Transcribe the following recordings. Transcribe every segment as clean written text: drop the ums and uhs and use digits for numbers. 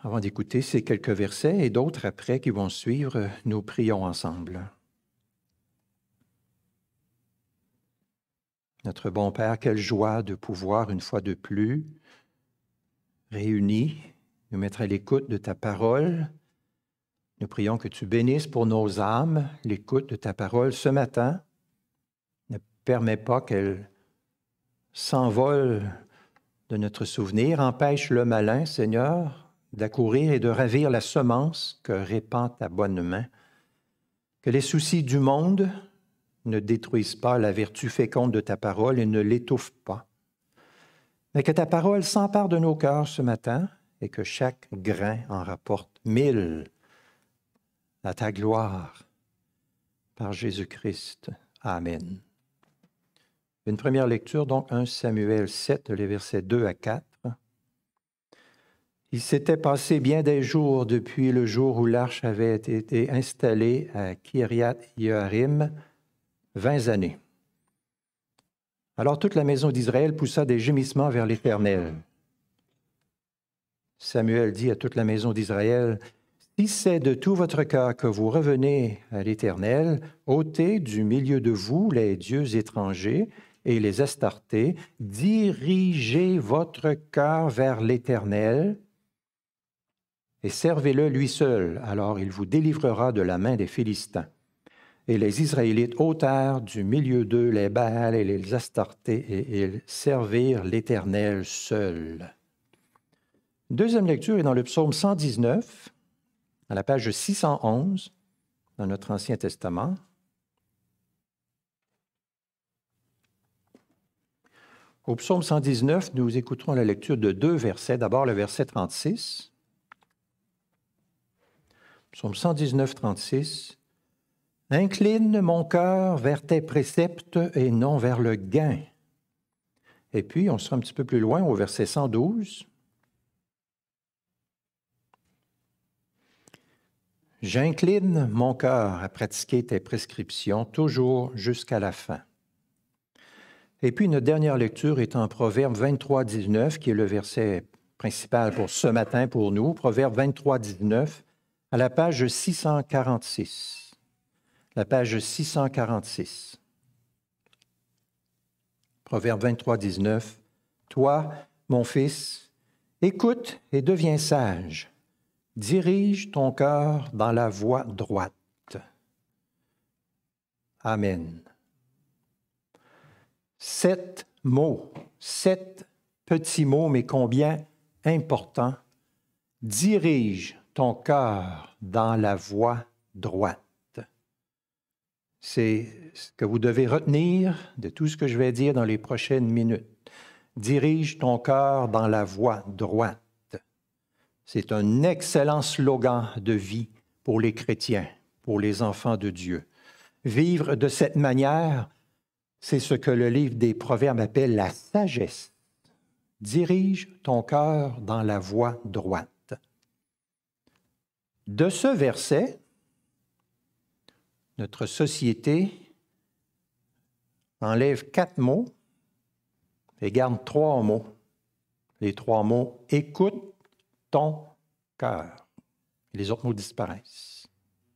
avant d'écouter ces quelques versets et d'autres après qui vont suivre, nous prions ensemble. Notre bon Père, quelle joie de pouvoir, une fois de plus, réunis, nous mettre à l'écoute de ta parole. Nous prions que tu bénisses pour nos âmes l'écoute de ta parole ce matin. Ne permets pas qu'elle s'envole de notre souvenir. Empêche le malin, Seigneur, d'accourir et de ravir la semence que répand ta bonne main. Que les soucis du monde ne détruisent pas la vertu féconde de ta parole et ne l'étouffent pas. Mais que ta parole s'empare de nos cœurs ce matin et que chaque grain en rapporte 1000 à ta gloire par Jésus-Christ. Amen. Une première lecture, donc 1 Samuel 7, les versets 2 à 4. Il s'était passé bien des jours depuis le jour où l'arche avait été installée à Kiriath-Yearim, 20 années. Alors toute la maison d'Israël poussa des gémissements vers l'Éternel. Samuel dit à toute la maison d'Israël, « Si c'est de tout votre cœur que vous revenez à l'Éternel, ôtez du milieu de vous les dieux étrangers et les Astartés, dirigez votre cœur vers l'Éternel et servez-le lui seul, alors il vous délivrera de la main des Philistins. » Et les Israélites ôtèrent du milieu d'eux les Baals et les Astartés, et ils servirent l'Éternel seul. Deuxième lecture est dans le psaume 119, à la page 611, dans notre Ancien Testament. Au psaume 119, nous écouterons la lecture de 2 versets. D'abord le verset 36. Psaume 119, 36. « Incline mon cœur vers tes préceptes et non vers le gain. » Et puis, on sera un petit peu plus loin au verset 112. « J'incline mon cœur à pratiquer tes prescriptions, toujours jusqu'à la fin. » Et puis, notre dernière lecture est en Proverbe 23, 19, qui est le verset principal pour ce matin pour nous. Proverbe 23, 19, à la page 646. La page 646. Proverbe 23, 19. « Toi, mon fils, écoute et deviens sage. Dirige ton cœur dans la voie droite. » Amen. 7 mots, 7 petits mots, mais combien importants. Dirige ton cœur dans la voie droite. C'est ce que vous devez retenir de tout ce que je vais dire dans les prochaines minutes. Dirige ton cœur dans la voie droite. C'est un excellent slogan de vie pour les chrétiens, pour les enfants de Dieu. Vivre de cette manière, c'est ce que le livre des Proverbes appelle la sagesse. Dirige ton cœur dans la voie droite. De ce verset, notre société enlève 4 mots et garde 3 mots. Les 3 mots « écoute ton cœur ». Les autres mots disparaissent.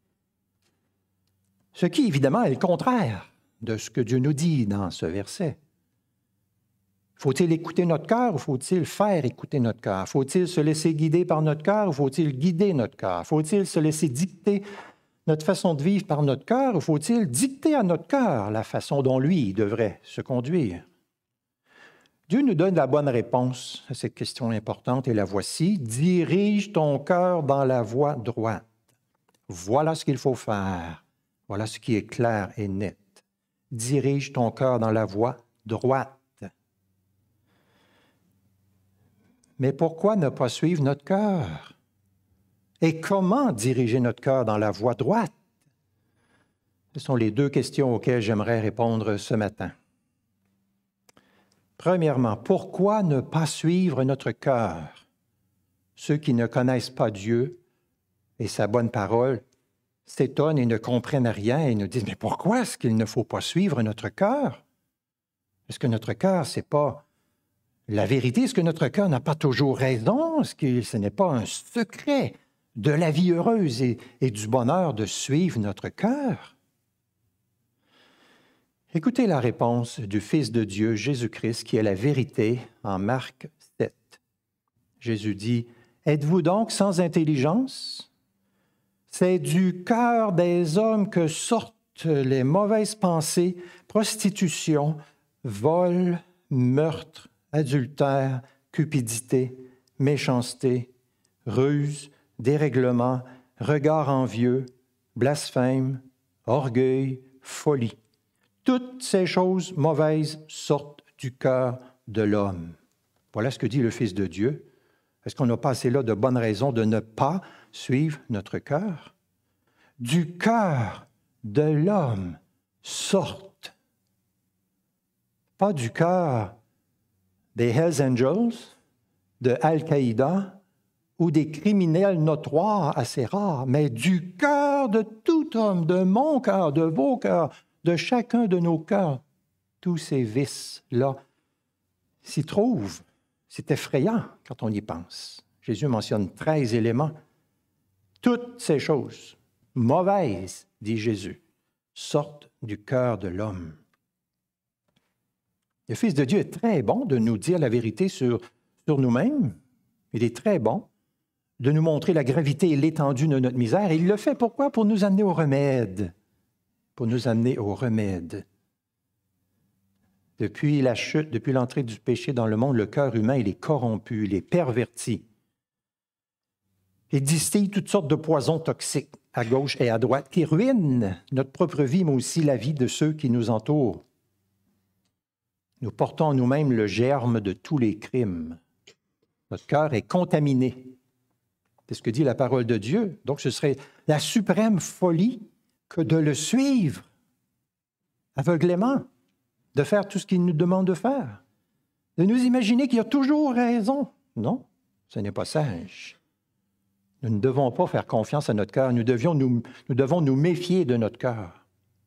Ce qui, évidemment, est le contraire de ce que Dieu nous dit dans ce verset. Faut-il écouter notre cœur ou faut-il faire écouter notre cœur? Faut-il se laisser guider par notre cœur ou faut-il guider notre cœur? Faut-il se laisser dicter notre façon de vivre par notre cœur ou faut-il dicter à notre cœur la façon dont lui devrait se conduire? Dieu nous donne la bonne réponse à cette question importante et la voici. Dirige ton cœur dans la voie droite. Voilà ce qu'il faut faire. Voilà ce qui est clair et net. Dirige ton cœur dans la voie droite. Mais pourquoi ne pas suivre notre cœur? Et comment diriger notre cœur dans la voie droite? Ce sont les 2 questions auxquelles j'aimerais répondre ce matin. Premièrement, pourquoi ne pas suivre notre cœur? Ceux qui ne connaissent pas Dieu et sa bonne parole s'étonnent et ne comprennent rien et nous disent, mais pourquoi est-ce qu'il ne faut pas suivre notre cœur? Est-ce que notre cœur, ce n'est pas la vérité? Est-ce que notre cœur n'a pas toujours raison? Est-ce que ce n'est pas un secret de la vie heureuse et du bonheur de suivre notre cœur? Écoutez la réponse du Fils de Dieu, Jésus-Christ, qui est la vérité en Marc 7. Jésus dit, « Êtes-vous donc sans intelligence? C'est du cœur des hommes que sortent les mauvaises pensées, prostitution, vol, meurtre, adultère, cupidité, méchanceté, ruse, dérèglement, regard envieux, blasphème, orgueil, folie. Toutes ces choses mauvaises sortent du cœur de l'homme. » Voilà ce que dit le Fils de Dieu. Est-ce qu'on n'a pas assez là de bonnes raisons de ne pas suivre notre cœur? Du cœur de l'homme sortent. Pas du cœur des Hells Angels, de Al-Qaïda ou des criminels notoires assez rares, mais du cœur de tout homme, de mon cœur, de vos cœurs, de chacun de nos cœurs. Tous ces vices-là s'y trouvent. C'est effrayant quand on y pense. Jésus mentionne 13 éléments. Toutes ces choses mauvaises, dit Jésus, sortent du cœur de l'homme. Le Fils de Dieu est très bon de nous dire la vérité sur nous-mêmes. Il est très bon de nous montrer la gravité et l'étendue de notre misère. Et il le fait pourquoi? Pour nous amener au remède. Pour nous amener au remède. Depuis la chute, depuis l'entrée du péché dans le monde, le cœur humain, il est corrompu, il est perverti. Il distille toutes sortes de poisons toxiques à gauche et à droite qui ruinent notre propre vie, mais aussi la vie de ceux qui nous entourent. Nous portons en nous-mêmes le germe de tous les crimes. Notre cœur est contaminé. C'est ce que dit la parole de Dieu. Donc, ce serait la suprême folie que de le suivre aveuglément, de faire tout ce qu'il nous demande de faire, de nous imaginer qu'il a toujours raison. Non, ce n'est pas sage. Nous ne devons pas faire confiance à notre cœur. Nous devons nous méfier de notre cœur.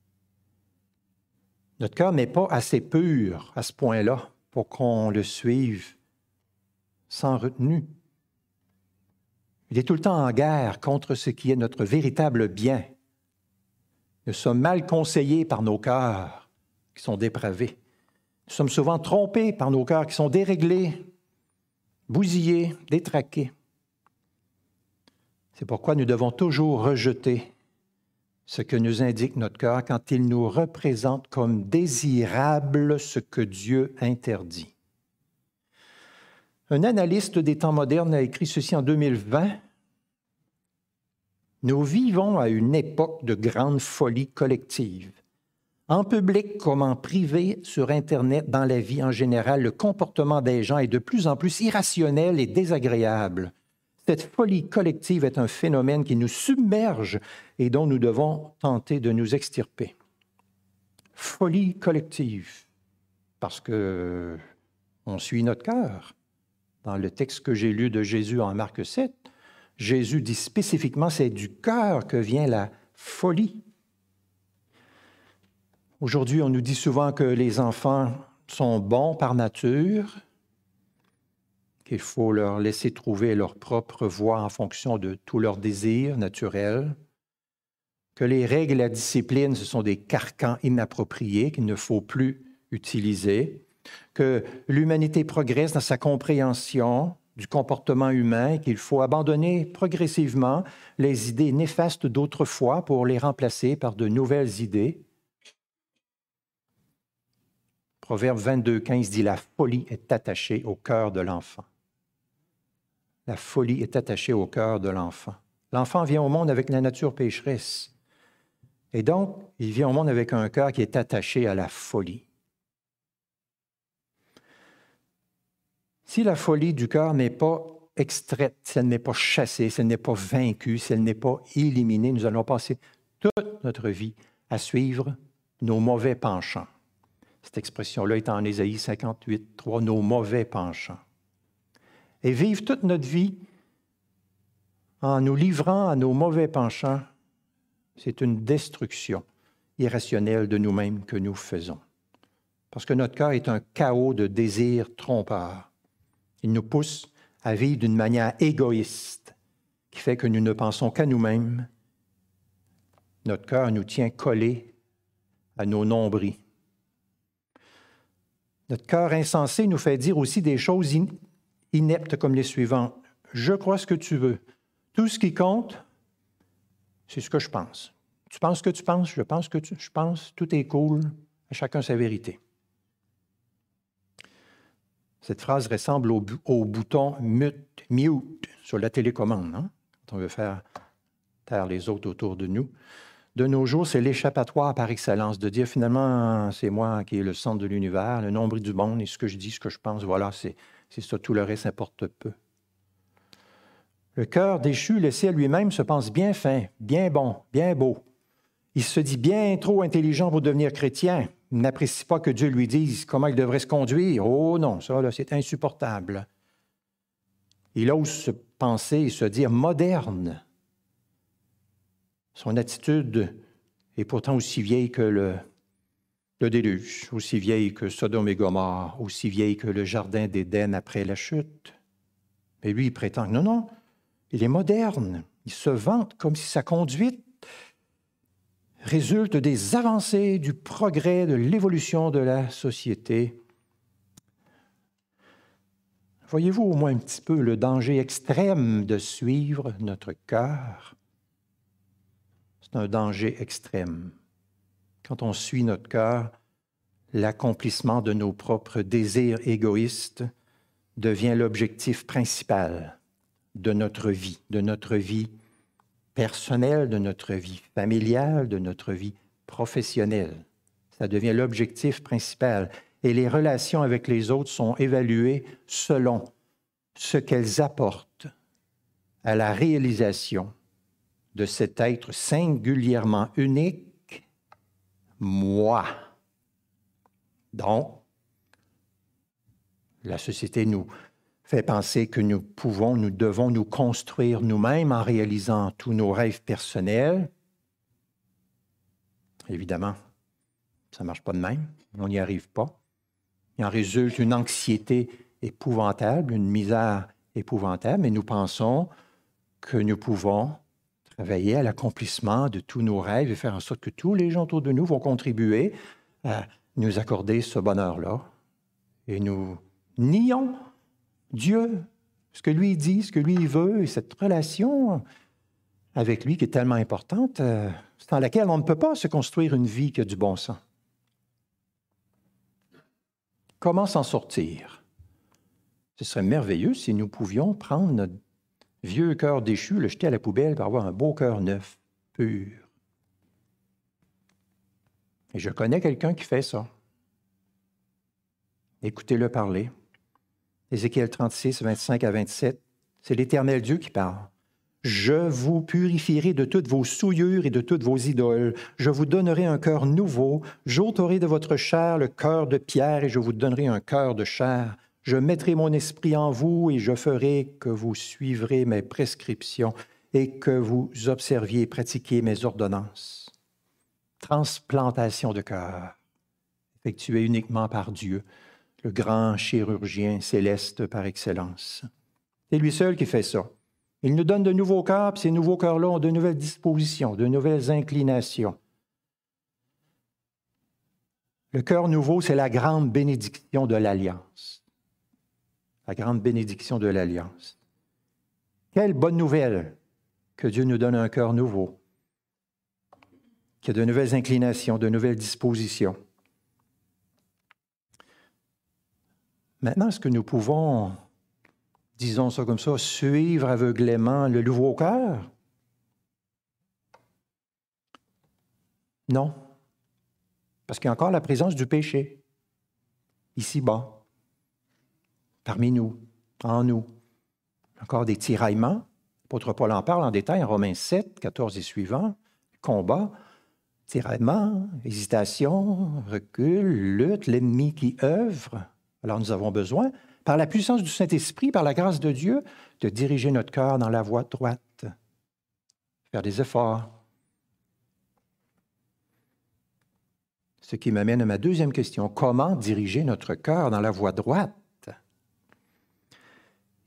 Notre cœur n'est pas assez pur à ce point-là pour qu'on le suive sans retenue. Il est tout le temps en guerre contre ce qui est notre véritable bien. Nous sommes mal conseillés par nos cœurs qui sont dépravés. Nous sommes souvent trompés par nos cœurs qui sont déréglés, bousillés, détraqués. C'est pourquoi nous devons toujours rejeter ce que nous indique notre cœur quand il nous représente comme désirable ce que Dieu interdit. Un analyste des temps modernes a écrit ceci en 2020. « Nous vivons à une époque de grande folie collective. En public comme en privé, sur Internet, dans la vie en général, le comportement des gens est de plus en plus irrationnel et désagréable. Cette folie collective est un phénomène qui nous submerge et dont nous devons tenter de nous extirper. » Folie collective, parce que on suit notre cœur. Dans le texte que j'ai lu de Jésus en Marc 7, Jésus dit spécifiquement, c'est du cœur que vient la folie. Aujourd'hui, on nous dit souvent que les enfants sont bons par nature, qu'il faut leur laisser trouver leur propre voie en fonction de tous leurs désirs naturels, que les règles et la discipline, ce sont des carcans inappropriés qu'il ne faut plus utiliser, que l'humanité progresse dans sa compréhension du comportement humain, qu'il faut abandonner progressivement les idées néfastes d'autrefois pour les remplacer par de nouvelles idées. Proverbe 22:15 dit « La folie est attachée au cœur de l'enfant. » La folie est attachée au cœur de l'enfant. L'enfant vient au monde avec la nature pécheresse. Et donc, il vient au monde avec un cœur qui est attaché à la folie. Si la folie du cœur n'est pas extraite, si elle n'est pas chassée, si elle n'est pas vaincue, si elle n'est pas éliminée, nous allons passer toute notre vie à suivre nos mauvais penchants. Cette expression-là est en Ésaïe 58:3, nos mauvais penchants. Et vivre toute notre vie en nous livrant à nos mauvais penchants, c'est une destruction irrationnelle de nous-mêmes que nous faisons. Parce que notre cœur est un chaos de désirs trompeurs. Il nous pousse à vivre d'une manière égoïste, qui fait que nous ne pensons qu'à nous-mêmes. Notre cœur nous tient collés à nos nombrils. Notre cœur insensé nous fait dire aussi des choses ineptes comme les suivantes. Je crois ce que tu veux. Tout ce qui compte, c'est ce que je pense. Tu penses ce que tu penses, je pense ce que je pense, tout est cool, à chacun sa vérité. Cette phrase ressemble au bouton mute sur la télécommande, hein? Quand on veut faire taire les autres autour de nous. De nos jours, c'est l'échappatoire par excellence, de dire finalement, c'est moi qui est le centre de l'univers, le nombril du monde, et ce que je dis, ce que je pense, voilà, c'est ça, tout le reste importe peu. Le cœur déchu, laissé à lui-même, se pense bien fin, bien bon, bien beau. Il se dit bien trop intelligent pour devenir chrétien. Il n'apprécie pas que Dieu lui dise comment il devrait se conduire. Oh non, ça, là, c'est insupportable. Il ose se penser et se dire moderne. Son attitude est pourtant aussi vieille que le déluge, aussi vieille que Sodome et Gomorrhe, aussi vieille que le jardin d'Éden après la chute. Mais lui, il prétend que non, il est moderne. Il se vante comme si sa conduite résulte des avancées, du progrès, de l'évolution de la société. Voyez-vous au moins un petit peu le danger extrême de suivre notre cœur? C'est un danger extrême. Quand on suit notre cœur, l'accomplissement de nos propres désirs égoïstes devient l'objectif principal de notre vie personnelle, de notre vie familiale, de notre vie professionnelle. Ça devient l'objectif principal. Et les relations avec les autres sont évaluées selon ce qu'elles apportent à la réalisation de cet être singulièrement unique, moi. Donc, la société nous fait penser que nous devons nous construire nous-mêmes en réalisant tous nos rêves personnels. Évidemment, ça ne marche pas de même, on n'y arrive pas. Il en résulte une anxiété épouvantable, une misère épouvantable, mais nous pensons que nous pouvons travailler à l'accomplissement de tous nos rêves et faire en sorte que tous les gens autour de nous vont contribuer à nous accorder ce bonheur-là. Et nous nions Dieu, ce que lui dit, ce que lui veut, et cette relation avec lui qui est tellement importante, dans laquelle on ne peut pas se construire une vie qui a du bon sens. Comment s'en sortir? Ce serait merveilleux si nous pouvions prendre notre vieux cœur déchu, le jeter à la poubelle pour avoir un beau cœur neuf, pur. Et je connais quelqu'un qui fait ça. Écoutez-le parler. Ézéchiel 36, 25 à 27, c'est l'Éternel Dieu qui parle. « Je vous purifierai de toutes vos souillures et de toutes vos idoles. Je vous donnerai un cœur nouveau. J'ôterai de votre chair le cœur de pierre et je vous donnerai un cœur de chair. Je mettrai mon esprit en vous et je ferai que vous suivrez mes prescriptions et que vous observiez et pratiquiez mes ordonnances. » Transplantation de cœur, effectuée uniquement par Dieu, le grand chirurgien céleste par excellence. C'est lui seul qui fait ça. Il nous donne de nouveaux cœurs, puis ces nouveaux cœurs-là ont de nouvelles dispositions, de nouvelles inclinations. Le cœur nouveau, c'est la grande bénédiction de l'Alliance. La grande bénédiction de l'Alliance. Quelle bonne nouvelle que Dieu nous donne un cœur nouveau, qui a de nouvelles inclinations, de nouvelles dispositions. Maintenant, est-ce que nous pouvons, disons ça comme ça, suivre aveuglément le nouveau cœur? Non. Parce qu'il y a encore la présence du péché, ici-bas, parmi nous, en nous. Encore des tiraillements. L'apôtre Paul en parle en détail en Romains 7, 14 et suivants. Combat, tiraillement, hésitation, recul, lutte, l'ennemi qui œuvre. Alors nous avons besoin, par la puissance du Saint-Esprit, par la grâce de Dieu, de diriger notre cœur dans la voie droite, faire des efforts. Ce qui m'amène à ma deuxième question. Comment diriger notre cœur dans la voie droite?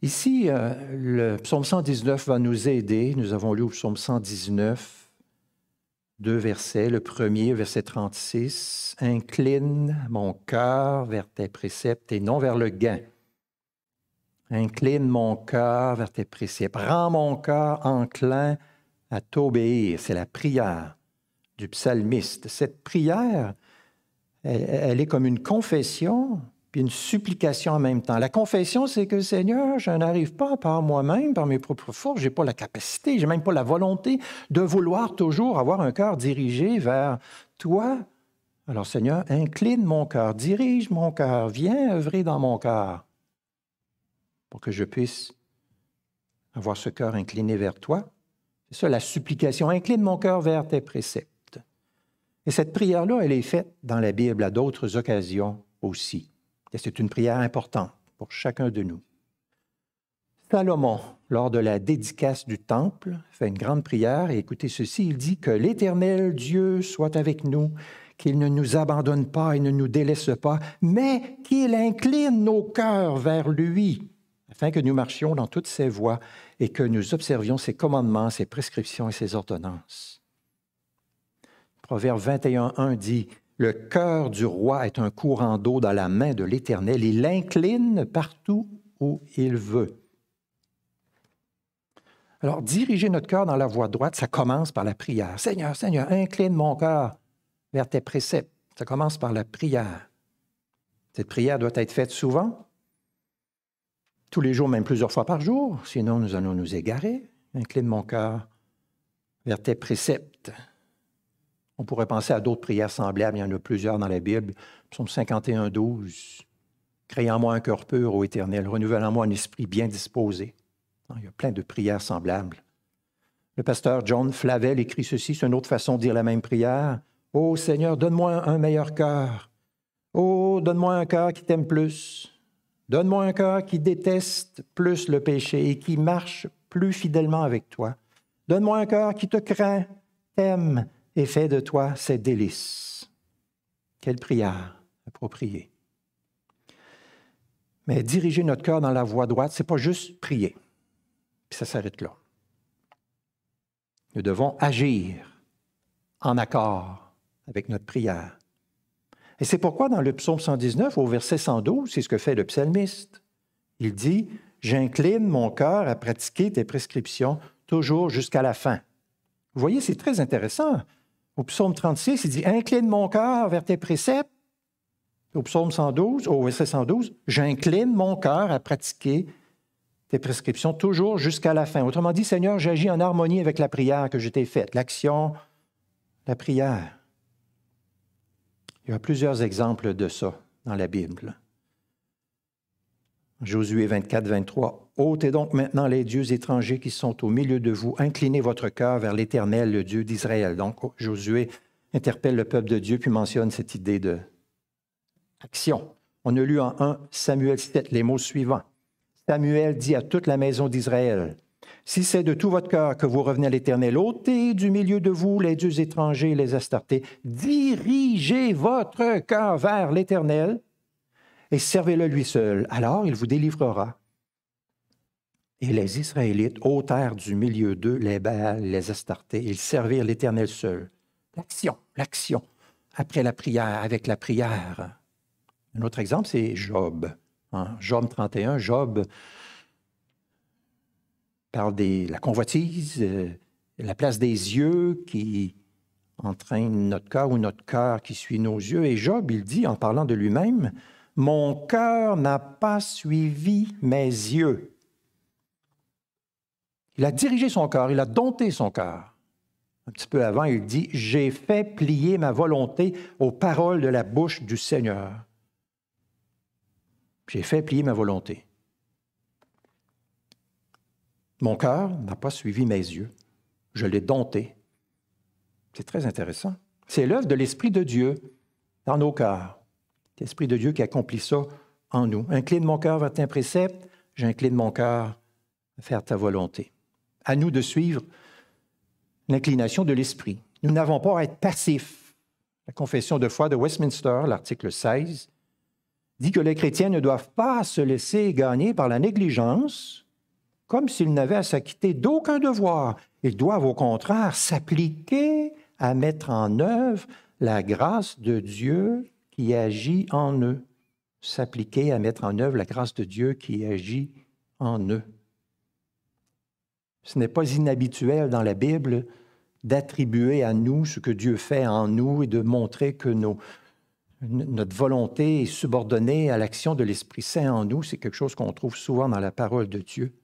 Ici, le psaume 119 va nous aider. Nous avons lu au psaume 119, 2 versets. Le premier, verset 36, « Incline mon cœur vers tes préceptes et non vers le gain. Incline mon cœur vers tes préceptes. Rends mon cœur enclin à t'obéir. » C'est la prière du psalmiste. Cette prière, elle est comme une confession puis une supplication en même temps. La confession, c'est que, Seigneur, je n'arrive pas par moi-même, par mes propres forces, je n'ai pas la capacité, je n'ai même pas la volonté de vouloir toujours avoir un cœur dirigé vers toi. Alors, Seigneur, incline mon cœur, dirige mon cœur, viens œuvrer dans mon cœur pour que je puisse avoir ce cœur incliné vers toi. C'est ça la supplication, incline mon cœur vers tes préceptes. Et cette prière-là, elle est faite dans la Bible à d'autres occasions aussi. Et c'est une prière importante pour chacun de nous. Salomon, lors de la dédicace du temple, fait une grande prière et écoutez ceci, il dit que l'Éternel Dieu soit avec nous, qu'il ne nous abandonne pas et ne nous délaisse pas, mais qu'il incline nos cœurs vers lui, afin que nous marchions dans toutes ses voies et que nous observions ses commandements, ses prescriptions et ses ordonnances. Proverbe 21:1 dit « Le cœur du roi est un courant d'eau dans la main de l'Éternel. Il l'incline partout où il veut. » Alors, diriger notre cœur dans la voie droite, ça commence par la prière. « Seigneur, Seigneur, incline mon cœur vers tes préceptes. » Ça commence par la prière. Cette prière doit être faite souvent, tous les jours, même plusieurs fois par jour, sinon nous allons nous égarer. « Incline mon cœur vers tes préceptes. » On pourrait penser à d'autres prières semblables, il y en a plusieurs dans la Bible. Psaume 51:12. « Crée en moi un cœur pur, ô Éternel, renouvelle en moi un esprit bien disposé. » Il y a plein de prières semblables. Le pasteur John Flavel écrit ceci, c'est une autre façon de dire la même prière. « Ô Seigneur, donne-moi un meilleur cœur. Ô, donne-moi un cœur qui t'aime plus. Donne-moi un cœur qui déteste plus le péché et qui marche plus fidèlement avec toi. Donne-moi un cœur qui te craint, t'aime, et fait de toi ses délices. » Quelle prière appropriée. Mais diriger notre cœur dans la voie droite, ce n'est pas juste prier. Puis ça s'arrête là. Nous devons agir en accord avec notre prière. Et c'est pourquoi dans le psaume 119, au verset 112, c'est ce que fait le psalmiste. Il dit « J'incline mon cœur à pratiquer tes prescriptions toujours jusqu'à la fin. » Vous voyez, c'est très intéressant. Au psaume 36, il dit « Incline mon cœur vers tes préceptes. » Au psaume 112, au verset 112, « J'incline mon cœur à pratiquer tes prescriptions toujours jusqu'à la fin. » Autrement dit, Seigneur, j'agis en harmonie avec la prière que je t'ai faite, l'action, la prière. Il y a plusieurs exemples de ça dans la Bible. Josué 24:23. « Ôtez donc maintenant les dieux étrangers qui sont au milieu de vous. Inclinez votre cœur vers l'Éternel, le Dieu d'Israël. » Donc, Josué interpelle le peuple de Dieu puis mentionne cette idée d'action. On a lu en 1 Samuel 7 les mots suivants. Samuel dit à toute la maison d'Israël, « Si c'est de tout votre cœur que vous revenez à l'Éternel, ôtez du milieu de vous les dieux étrangers et les Astartés. Dirigez votre cœur vers l'Éternel et servez-le lui seul. Alors il vous délivrera. » Et les Israélites ôtèrent du milieu d'eux les Baals, les Astartés, ils servirent l'Éternel seul. L'action, après la prière, avec la prière. Un autre exemple, c'est Job. Job 31, Job parle de la convoitise, la place des yeux qui entraîne notre cœur ou notre cœur qui suit nos yeux. Et Job, il dit, en parlant de lui-même, « Mon cœur n'a pas suivi mes yeux. » Il a dirigé son cœur, il a dompté son cœur. Un petit peu avant, il dit, « J'ai fait plier ma volonté aux paroles de la bouche du Seigneur. » J'ai fait plier ma volonté. Mon cœur n'a pas suivi mes yeux. Je l'ai dompté. C'est très intéressant. C'est l'œuvre de l'Esprit de Dieu dans nos cœurs. L'Esprit de Dieu qui accomplit ça en nous. Incline mon cœur vers tes préceptes, j'incline mon cœur à faire ta volonté. À nous de suivre l'inclination de l'Esprit. Nous n'avons pas à être passifs. La confession de foi de Westminster, l'article 16, dit que les chrétiens ne doivent pas se laisser gagner par la négligence, comme s'ils n'avaient à s'acquitter d'aucun devoir. Ils doivent au contraire s'appliquer à mettre en œuvre la grâce de Dieu qui agit en eux. S'appliquer à mettre en œuvre la grâce de Dieu qui agit en eux. Ce n'est pas inhabituel dans la Bible d'attribuer à nous ce que Dieu fait en nous et de montrer que notre volonté est subordonnée à l'action de l'Esprit Saint en nous. C'est quelque chose qu'on trouve souvent dans la parole de Dieu.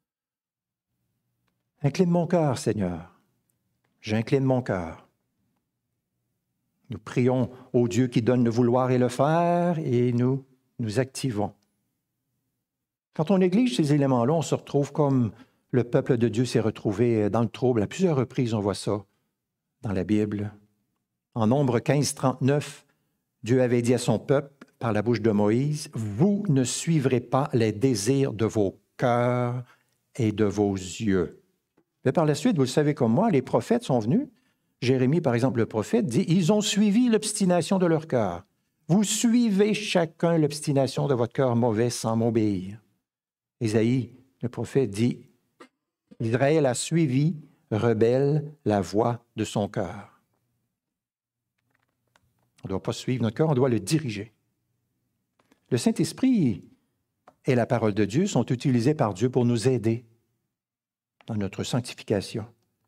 Incline mon cœur, Seigneur. J'incline mon cœur. Nous prions au Dieu qui donne le vouloir et le faire et nous activons. Quand on néglige ces éléments-là, on se retrouve comme le peuple de Dieu s'est retrouvé dans le trouble. À plusieurs reprises, on voit ça dans la Bible. En Nombre 15, 39, Dieu avait dit à son peuple, par la bouche de Moïse, « Vous ne suivrez pas les désirs de vos cœurs et de vos yeux. » Mais par la suite, vous le savez comme moi, les prophètes sont venus. Jérémie, par exemple, le prophète, dit, « Ils ont suivi l'obstination de leur cœur. Vous suivez chacun l'obstination de votre cœur mauvais sans m'obéir. » Ésaïe, le prophète, dit, « Israël a suivi, rebelle, la voix de son cœur. » On ne doit pas suivre notre cœur, on doit le diriger. Le Saint-Esprit et la parole de Dieu sont utilisés par Dieu pour nous aider dans notre sanctification.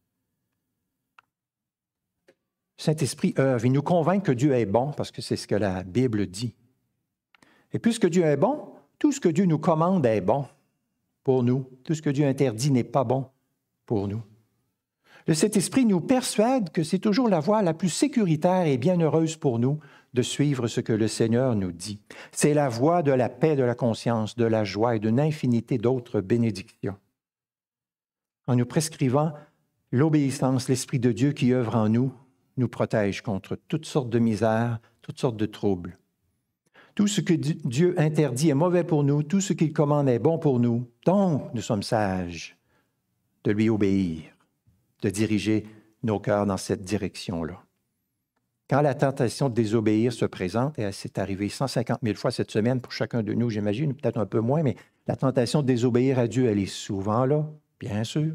Le Saint-Esprit œuvre, il nous convainc que Dieu est bon, parce que c'est ce que la Bible dit. Et puisque Dieu est bon, tout ce que Dieu nous commande est bon pour nous. Tout ce que Dieu interdit n'est pas bon pour nous. Le Saint-Esprit nous persuade que c'est toujours la voie la plus sécuritaire et bienheureuse pour nous de suivre ce que le Seigneur nous dit. C'est la voie de la paix, de la conscience, de la joie et d'une infinité d'autres bénédictions. En nous prescrivant l'obéissance, l'Esprit de Dieu qui œuvre en nous, nous protège contre toutes sortes de misères, toutes sortes de troubles. Tout ce que Dieu interdit est mauvais pour nous, tout ce qu'il commande est bon pour nous. Donc, nous sommes sages de lui obéir, de diriger nos cœurs dans cette direction-là. Quand la tentation de désobéir se présente, et c'est arrivé 150 000 fois cette semaine pour chacun de nous, j'imagine, peut-être un peu moins, mais la tentation de désobéir à Dieu, elle est souvent là, bien sûr.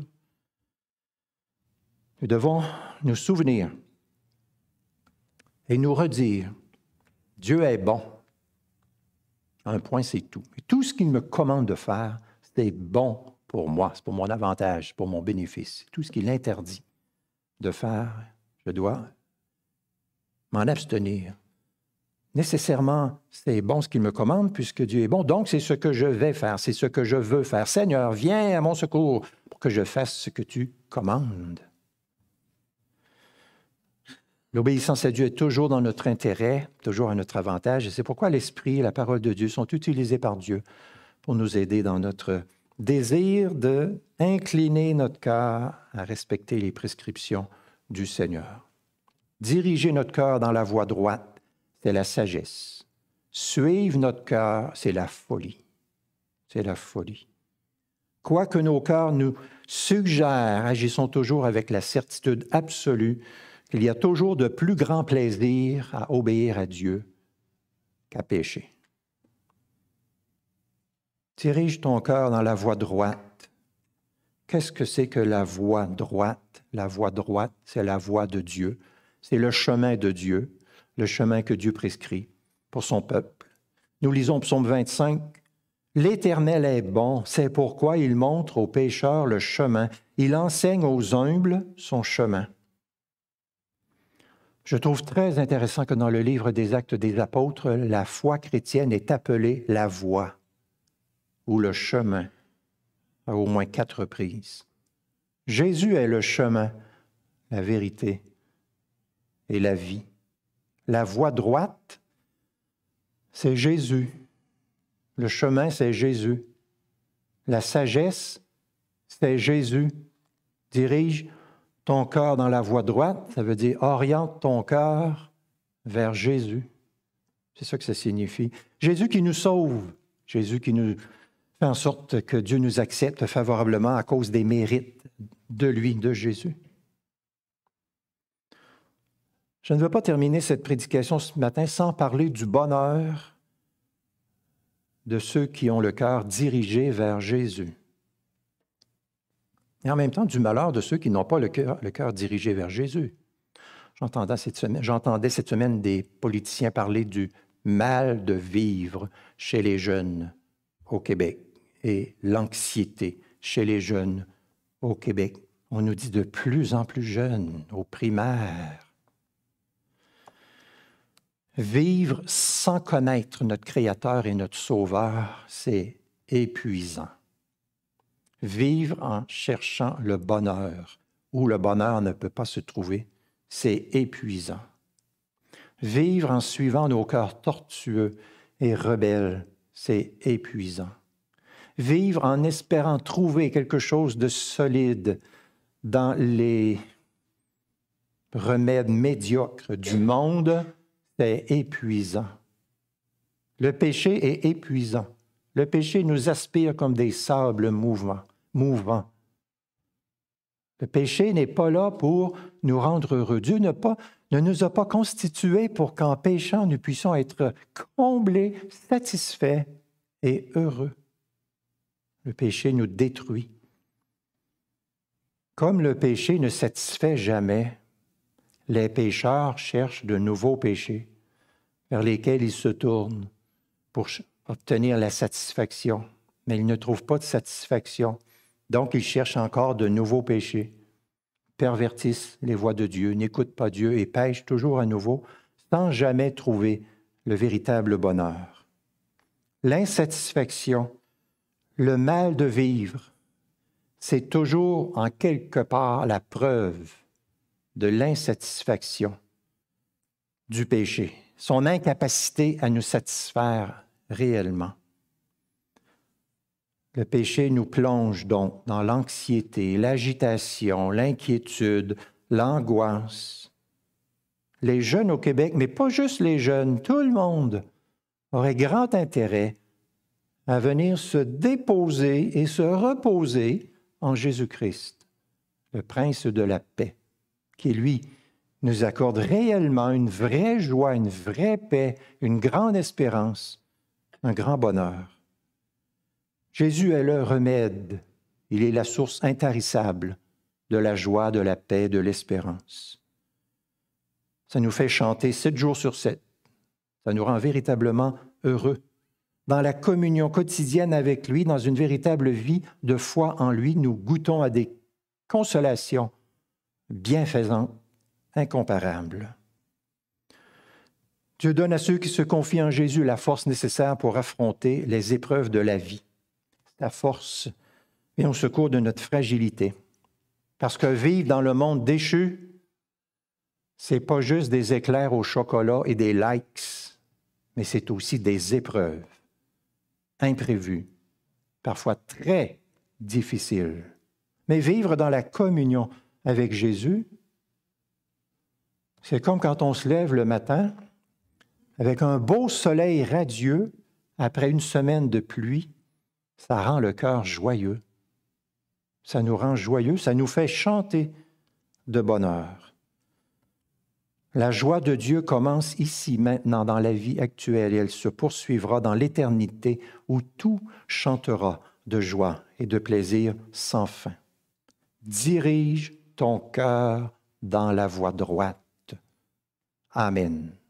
Nous devons nous souvenir et nous redire, Dieu est bon. Un point, c'est tout. Et tout ce qu'il me commande de faire, c'est bon pour moi, c'est pour mon avantage, pour mon bénéfice. Tout ce qu'il interdit de faire, je dois m'en abstenir. Nécessairement, c'est bon ce qu'il me commande puisque Dieu est bon. Donc, c'est ce que je vais faire, c'est ce que je veux faire. Seigneur, viens à mon secours pour que je fasse ce que tu commandes. L'obéissance à Dieu est toujours dans notre intérêt, toujours à notre avantage. Et c'est pourquoi l'Esprit et la parole de Dieu sont utilisés par Dieu pour nous aider dans notre désir d'incliner notre cœur à respecter les prescriptions du Seigneur. Diriger notre cœur dans la voie droite, c'est la sagesse. Suivre notre cœur, c'est la folie. C'est la folie. Quoi que nos cœurs nous suggèrent, agissons toujours avec la certitude absolue qu'il y a toujours de plus grands plaisirs à obéir à Dieu qu'à pécher. Dirige ton cœur dans la voie droite. Qu'est-ce que c'est que la voie droite? La voie droite, c'est la voie de Dieu. C'est le chemin de Dieu, le chemin que Dieu prescrit pour son peuple. Nous lisons Psaume 25. « L'Éternel est bon, c'est pourquoi il montre aux pécheurs le chemin. Il enseigne aux humbles son chemin. » Je trouve très intéressant que dans le livre des Actes des Apôtres, la foi chrétienne est appelée la voie ou le chemin à au moins 4 reprises. Jésus est le chemin, la vérité et la vie. La voie droite, c'est Jésus. Le chemin, c'est Jésus. La sagesse, c'est Jésus. Dirige ton cœur dans la voie droite, ça veut dire oriente ton cœur vers Jésus. C'est ça que ça signifie. Jésus qui nous sauve, Jésus qui nous fait en sorte que Dieu nous accepte favorablement à cause des mérites de lui, de Jésus. Je ne veux pas terminer cette prédication ce matin sans parler du bonheur de ceux qui ont le cœur dirigé vers Jésus. Et en même temps, du malheur de ceux qui n'ont pas le cœur dirigé vers Jésus. J'entendais cette semaine des politiciens parler du mal de vivre chez les jeunes au Québec et l'anxiété chez les jeunes au Québec. On nous dit de plus en plus jeunes, aux primaires. Vivre sans connaître notre Créateur et notre Sauveur, c'est épuisant. Vivre en cherchant le bonheur, où le bonheur ne peut pas se trouver, c'est épuisant. Vivre en suivant nos cœurs tortueux et rebelles, c'est épuisant. Vivre en espérant trouver quelque chose de solide dans les remèdes médiocres du monde, c'est épuisant. Le péché est épuisant. Le péché nous aspire comme des sables mouvants. Le péché n'est pas là pour nous rendre heureux. Dieu ne nous a pas constitués pour qu'en péchant, nous puissions être comblés, satisfaits et heureux. Le péché nous détruit. Comme le péché ne satisfait jamais, les pécheurs cherchent de nouveaux péchés vers lesquels ils se tournent pour obtenir la satisfaction. Mais ils ne trouvent pas de satisfaction. Donc, ils cherchent encore de nouveaux péchés, pervertissent les voies de Dieu, n'écoutent pas Dieu et pêchent toujours à nouveau sans jamais trouver le véritable bonheur. L'insatisfaction, le mal de vivre, c'est toujours en quelque part la preuve de l'insatisfaction du péché, son incapacité à nous satisfaire réellement. Le péché nous plonge donc dans l'anxiété, l'agitation, l'inquiétude, l'angoisse. Les jeunes au Québec, mais pas juste les jeunes, tout le monde aurait grand intérêt à venir se déposer et se reposer en Jésus-Christ, le Prince de la paix, qui, lui, nous accorde réellement une vraie joie, une vraie paix, une grande espérance, un grand bonheur. Jésus est le remède. Il est la source intarissable de la joie, de la paix, de l'espérance. Ça nous fait chanter 7 jours sur 7. Ça nous rend véritablement heureux. Dans la communion quotidienne avec lui, dans une véritable vie de foi en lui, nous goûtons à des consolations bienfaisantes, incomparables. Dieu donne à ceux qui se confient en Jésus la force nécessaire pour affronter les épreuves de la vie. La force vient au secours de notre fragilité. Parce que vivre dans le monde déchu, c'est pas juste des éclairs au chocolat et des likes, mais c'est aussi des épreuves imprévues, parfois très difficiles. Mais vivre dans la communion avec Jésus, c'est comme quand on se lève le matin avec un beau soleil radieux après une semaine de pluie. Ça rend le cœur joyeux. Ça nous rend joyeux, ça nous fait chanter de bonheur. La joie de Dieu commence ici, maintenant, dans la vie actuelle, et elle se poursuivra dans l'éternité où tout chantera de joie et de plaisir sans fin. Dirige ton cœur dans la voie droite. Amen.